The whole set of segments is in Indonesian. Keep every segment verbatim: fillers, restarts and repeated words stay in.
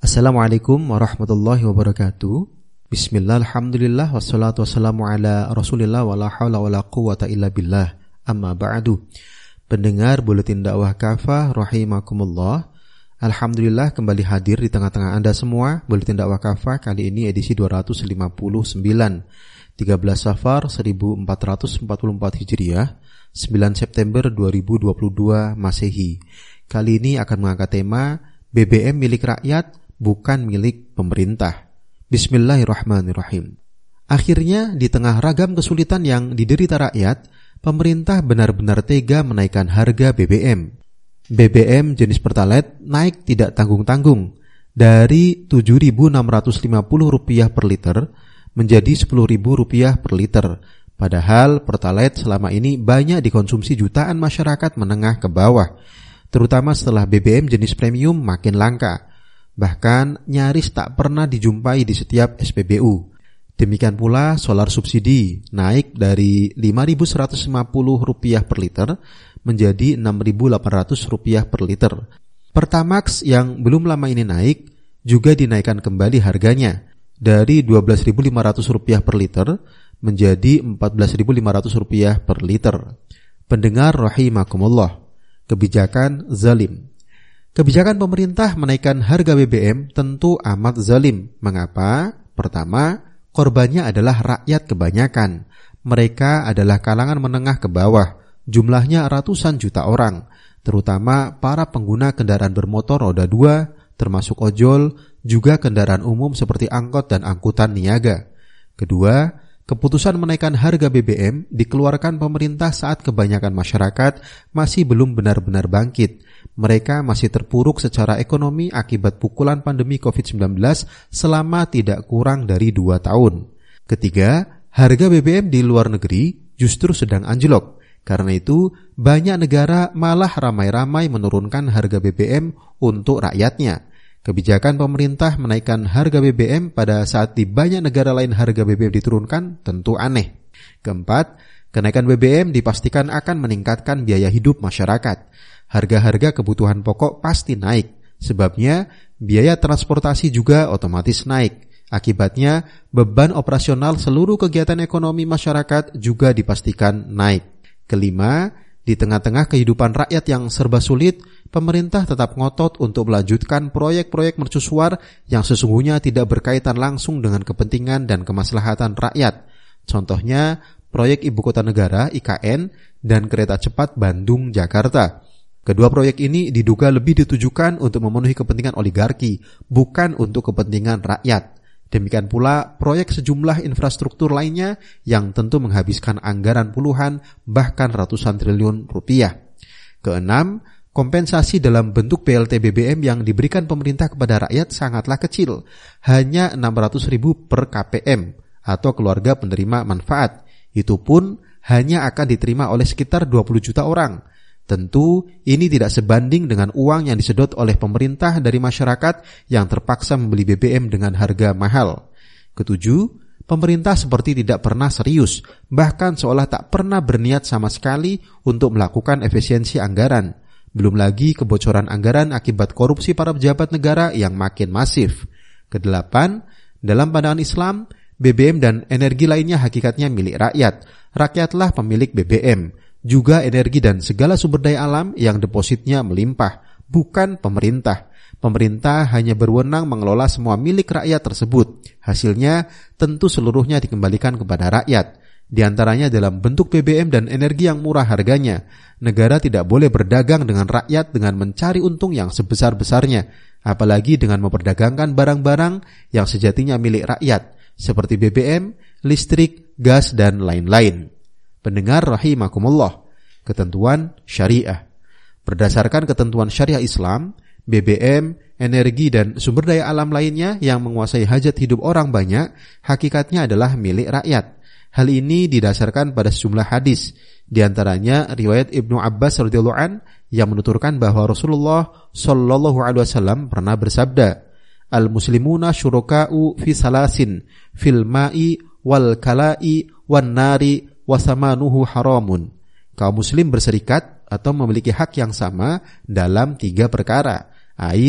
Assalamualaikum warahmatullahi wabarakatuh. Bismillah, alhamdulillah, wassalatu wassalamu ala rasulillah, wa la hawla wa la quwata illa billah, amma ba'du. Pendengar Buletin Dakwah Kafah rahimakumullah, alhamdulillah kembali hadir di tengah-tengah Anda semua. Buletin Dakwah Kafah kali ini edisi dua ratus lima puluh sembilan, tiga belas Safar seribu empat ratus empat puluh empat Hijriah, sembilan September dua ribu dua puluh dua Masehi. Kali ini akan mengangkat tema B B M milik rakyat, bukan milik pemerintah. Bismillahirrahmanirrahim. Akhirnya, di tengah ragam kesulitan yang diderita rakyat, pemerintah benar-benar tega menaikkan harga B B M. B B M jenis Pertalite naik tidak tanggung-tanggung dari tujuh ribu enam ratus lima puluh rupiah per liter menjadi sepuluh ribu rupiah per liter. Padahal Pertalite selama ini banyak dikonsumsi jutaan masyarakat menengah ke bawah, terutama setelah B B M jenis premium makin langka. Bahkan nyaris tak pernah dijumpai di setiap S P B U. Demikian pula solar subsidi naik dari lima ribu seratus lima puluh rupiah per liter menjadi enam ribu delapan ratus rupiah per liter. Pertamax yang belum lama ini naik juga dinaikkan kembali harganya dari dua belas ribu lima ratus rupiah per liter menjadi empat belas ribu lima ratus rupiah per liter. Pendengar rahimakumullah, kebijakan zalim. Kebijakan pemerintah menaikkan harga B B M tentu amat zalim. Mengapa? Pertama, korbannya adalah rakyat kebanyakan. Mereka adalah kalangan menengah ke bawah. Jumlahnya ratusan juta orang, terutama para pengguna kendaraan bermotor roda dua, termasuk ojol, juga kendaraan umum seperti angkot dan angkutan niaga. Kedua, keputusan menaikkan harga B B M dikeluarkan pemerintah saat kebanyakan masyarakat masih belum benar-benar bangkit. Mereka masih terpuruk secara ekonomi akibat pukulan pandemi covid sembilan belas selama tidak kurang dari dua tahun. Ketiga, harga B B M di luar negeri justru sedang anjlok. Karena itu, banyak negara malah ramai-ramai menurunkan harga B B M untuk rakyatnya. Kebijakan pemerintah menaikkan harga B B M pada saat di banyak negara lain harga B B M diturunkan tentu aneh. Keempat, kenaikan B B M dipastikan akan meningkatkan biaya hidup masyarakat. Harga-harga kebutuhan pokok pasti naik. Sebabnya, biaya transportasi juga otomatis naik. Akibatnya, beban operasional seluruh kegiatan ekonomi masyarakat juga dipastikan naik. Kelima, di tengah-tengah kehidupan rakyat yang serba sulit, pemerintah tetap ngotot untuk melanjutkan proyek-proyek mercusuar yang sesungguhnya tidak berkaitan langsung dengan kepentingan dan kemaslahatan rakyat. Contohnya, proyek Ibu Kota Negara I K N dan kereta cepat Bandung-Jakarta. Kedua proyek ini diduga lebih ditujukan untuk memenuhi kepentingan oligarki, bukan untuk kepentingan rakyat. Demikian pula proyek sejumlah infrastruktur lainnya yang tentu menghabiskan anggaran puluhan bahkan ratusan triliun rupiah. Keenam, kompensasi dalam bentuk B L T B B M yang diberikan pemerintah kepada rakyat sangatlah kecil, hanya enam ratus ribu per K P M atau keluarga penerima manfaat. Itu pun hanya akan diterima oleh sekitar dua puluh juta orang. Tentu ini tidak sebanding dengan uang yang disedot oleh pemerintah dari masyarakat yang terpaksa membeli B B M dengan harga mahal. Ketujuh, pemerintah seperti tidak pernah serius, bahkan seolah tak pernah berniat sama sekali untuk melakukan efisiensi anggaran. Belum lagi kebocoran anggaran akibat korupsi para pejabat negara yang makin masif. Kedelapan, dalam pandangan Islam, B B M dan energi lainnya hakikatnya milik rakyat. Rakyatlah pemilik B B M. Juga energi dan segala sumber daya alam yang depositnya melimpah, bukan pemerintah. Pemerintah hanya berwenang mengelola semua milik rakyat tersebut. Hasilnya tentu seluruhnya dikembalikan kepada rakyat. Di antaranya dalam bentuk B B M dan energi yang murah harganya. Negara tidak boleh berdagang dengan rakyat dengan mencari untung yang sebesar-besarnya, apalagi dengan memperdagangkan barang-barang yang sejatinya milik rakyat, seperti B B M, listrik, gas, dan lain-lain. Pendengar rahimakumullah, ketentuan syariah. Berdasarkan ketentuan syariah Islam, B B M, energi dan sumber daya alam lainnya yang menguasai hajat hidup orang banyak, hakikatnya adalah milik rakyat. Hal ini didasarkan pada sejumlah hadis, di antaranya riwayat Ibnu Abbas radhiyallahu an yang menuturkan bahwa Rasulullah shallallahu alaihi wasallam pernah bersabda, "Al-muslimuna syuraka'u fi salasin, fil ma'i wal kala'i wan nari wasamanuhu haramun." Kaum muslim berserikat atau memiliki hak yang sama dalam tiga perkara: air,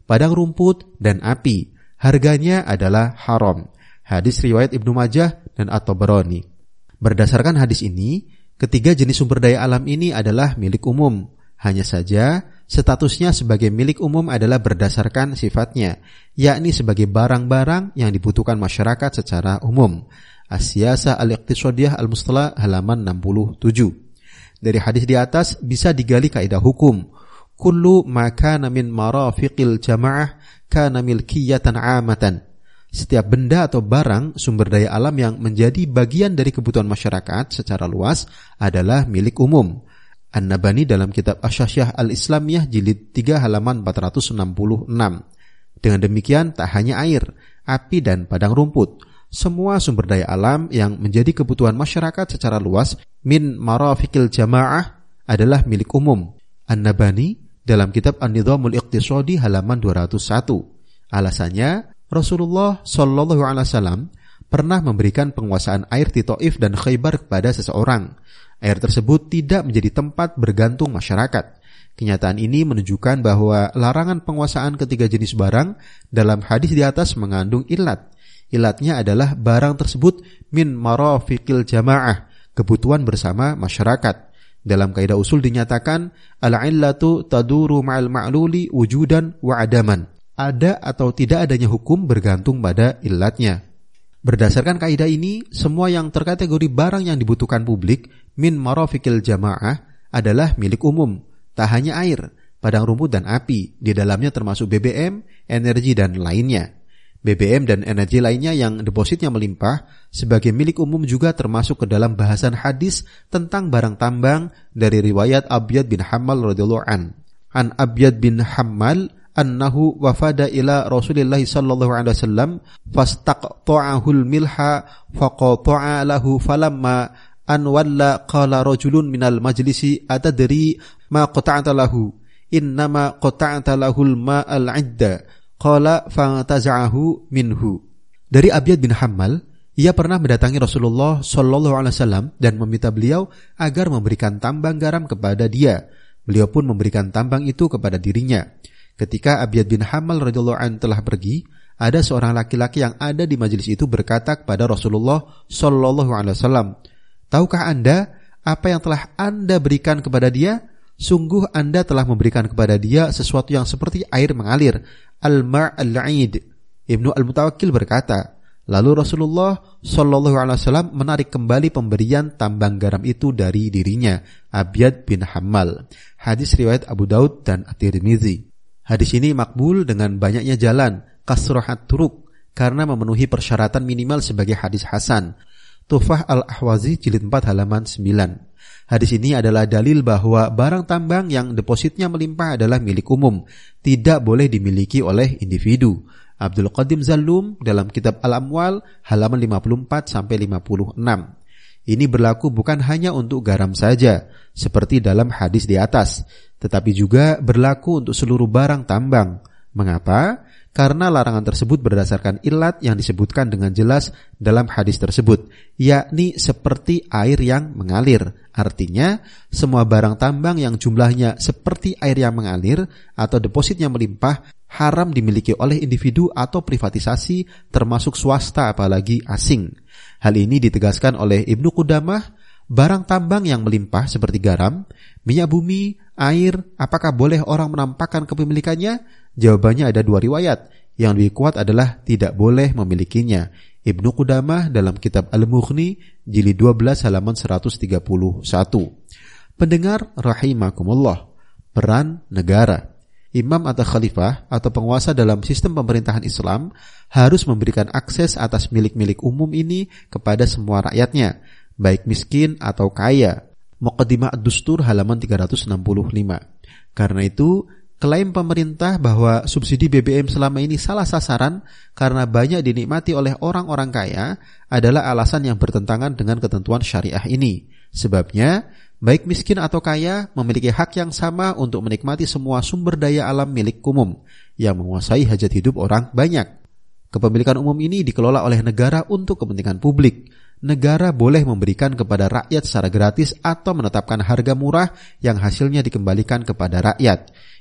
padang rumput, dan api. Harganya adalah haram. Hadis riwayat Ibnu Majah dan At-Tabarani. Berdasarkan hadis ini, ketiga jenis sumber daya alam ini adalah milik umum. Hanya saja, statusnya sebagai milik umum adalah berdasarkan sifatnya, yakni sebagai barang-barang yang dibutuhkan masyarakat secara umum. As-Siyasah Al-Iqtisadiyah Al-Mustalah halaman enam puluh tujuh. Dari hadis di atas bisa digali kaidah hukum. Kullu ma kana min marafiqil jamaah kana milkiyatan 'amatan. Setiap benda atau barang sumber daya alam yang menjadi bagian dari kebutuhan masyarakat secara luas adalah milik umum. An-Nabani dalam kitab Asy-Syasyah Al-Islamiyah jilid tiga halaman empat ratus enam puluh enam. Dengan demikian tak hanya air, api dan padang rumput, semua sumber daya alam yang menjadi kebutuhan masyarakat secara luas min marafiqil jamaah adalah milik umum. An-Nabani dalam kitab An-Nizamul Iqtisadi halaman dua ratus satu. Alasannya, Rasulullah Shallallahu Alaihi Wasallam pernah memberikan penguasaan air di Taif dan Khaybar kepada seseorang. Air tersebut tidak menjadi tempat bergantung masyarakat. Kenyataan ini menunjukkan bahwa larangan penguasaan ketiga jenis barang dalam hadis di atas mengandung ilat. Ilatnya adalah barang tersebut min marafiqil jamaah, kebutuhan bersama masyarakat. Dalam kaidah usul dinyatakan al-illatu taduru ma'al ma'luli wujudan wa adaman. Ada atau tidak adanya hukum bergantung pada ilatnya. Berdasarkan kaidah ini, semua yang terkategori barang yang dibutuhkan publik min marafiqil jamaah adalah milik umum. Tak hanya air, padang rumput dan api, di dalamnya termasuk B B M, energi dan lainnya. B B M dan energi lainnya yang depositnya melimpah sebagai milik umum juga termasuk ke dalam bahasan hadis tentang barang tambang dari riwayat Abyad bin Hammal radhiyallahu an. An Abyad bin Hammal annahu wafada ila Rasulillah sallallahu alaihi wasallam fastaqta'ahul milha faqata'a lahu falamma an walla qala rajulun minal majlisi atadri ma qata'ta lahu innama qata'ta lahul ma'al 'idda qala fantaza'ahu minhu. Dari Abyad bin Hammal, ia pernah mendatangi Rasulullah sallallahu alaihi wasallam dan meminta beliau agar memberikan tambang garam kepada dia. Beliau pun memberikan tambang itu kepada dirinya. Ketika Abyad bin Hammal radhiyallahu anhu telah pergi, ada seorang laki-laki yang ada di majelis itu berkata kepada Rasulullah sallallahu alaihi wasallam, "Tahukah Anda apa yang telah Anda berikan kepada dia? Sungguh Anda telah memberikan kepada dia sesuatu yang seperti air mengalir, al-ma'al-'id." Ibnu Al-Mutawakkil berkata, lalu Rasulullah sallallahu alaihi wasallam menarik kembali pemberian tambang garam itu dari dirinya, Abyad bin Hammal. Hadis riwayat Abu Daud dan At-Tirmizi. Hadis ini makbul dengan banyaknya jalan, kasrahat turuk, karena memenuhi persyaratan minimal sebagai hadis hasan. Tuhfah Al-Ahwazi jilid empat halaman sembilan. Hadis ini adalah dalil bahwa barang tambang yang depositnya melimpah adalah milik umum, tidak boleh dimiliki oleh individu. Abdul Qadim Zallum dalam kitab Al-Amwal halaman lima puluh empat sampai lima puluh enam. Ini berlaku bukan hanya untuk garam saja, seperti dalam hadis di atas, tetapi juga berlaku untuk seluruh barang tambang. Mengapa? Karena larangan tersebut berdasarkan ilat yang disebutkan dengan jelas dalam hadis tersebut, yakni seperti air yang mengalir. Artinya, semua barang tambang yang jumlahnya seperti air yang mengalir atau depositnya melimpah haram dimiliki oleh individu atau privatisasi, termasuk swasta apalagi asing. Hal ini ditegaskan oleh Ibnu Qudamah. Barang tambang yang melimpah seperti garam, minyak bumi, air, apakah boleh orang menampakkan kepemilikannya? Jawabannya ada dua riwayat. Yang lebih kuat adalah tidak boleh memilikinya. Ibnu Qudamah dalam kitab Al-Mughni jilid dua belas halaman seratus tiga puluh satu. Pendengar rahimakumullah, peran negara. Imam atau khalifah atau penguasa dalam sistem pemerintahan Islam harus memberikan akses atas milik-milik umum ini kepada semua rakyatnya, baik miskin atau kaya. Muqaddimah Ad-Dustur halaman tiga ratus enam puluh lima. Karena itu, klaim pemerintah bahwa subsidi B B M selama ini salah sasaran karena banyak dinikmati oleh orang-orang kaya adalah alasan yang bertentangan dengan ketentuan syariah ini. Sebabnya, baik miskin atau kaya memiliki hak yang sama untuk menikmati semua sumber daya alam milik umum yang menguasai hajat hidup orang banyak. Kepemilikan umum ini dikelola oleh negara untuk kepentingan publik. Negara boleh memberikan kepada rakyat secara gratis atau menetapkan harga murah yang hasilnya dikembalikan kepada rakyat.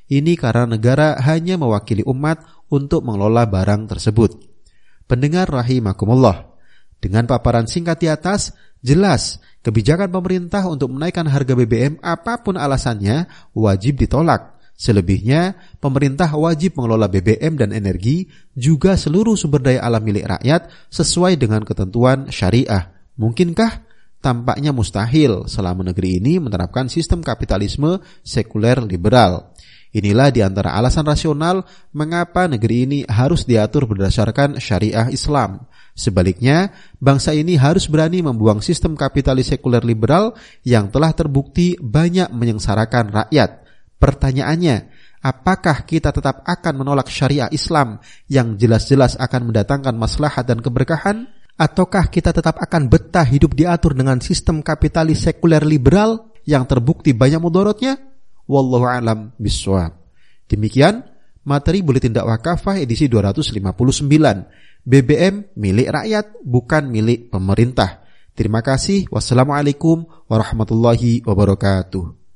Ini karena negara hanya mewakili umat untuk mengelola barang tersebut. Pendengar rahimakumullah, dengan paparan singkat di atas, jelas kebijakan pemerintah untuk menaikkan harga B B M apapun alasannya wajib ditolak. Selebihnya, pemerintah wajib mengelola B B M dan energi juga seluruh sumber daya alam milik rakyat sesuai dengan ketentuan syariah. Mungkinkah? Tampaknya mustahil selama negeri ini menerapkan sistem kapitalisme sekuler liberal. Inilah di antara alasan rasional mengapa negeri ini harus diatur berdasarkan syariah Islam. Sebaliknya, bangsa ini harus berani membuang sistem kapitalis sekuler liberal yang telah terbukti banyak menyengsarakan rakyat. Pertanyaannya, apakah kita tetap akan menolak syariah Islam yang jelas-jelas akan mendatangkan maslahat dan keberkahan? Ataukah kita tetap akan betah hidup diatur dengan sistem kapitalis sekuler liberal yang terbukti banyak mudaratnya? Wallahu a'lam bishawab. Demikian materi Buletin Dakwah Kafah edisi dua ratus lima puluh sembilan. B B M milik rakyat, bukan milik pemerintah. Terima kasih. Wassalamualaikum warahmatullahi wabarakatuh.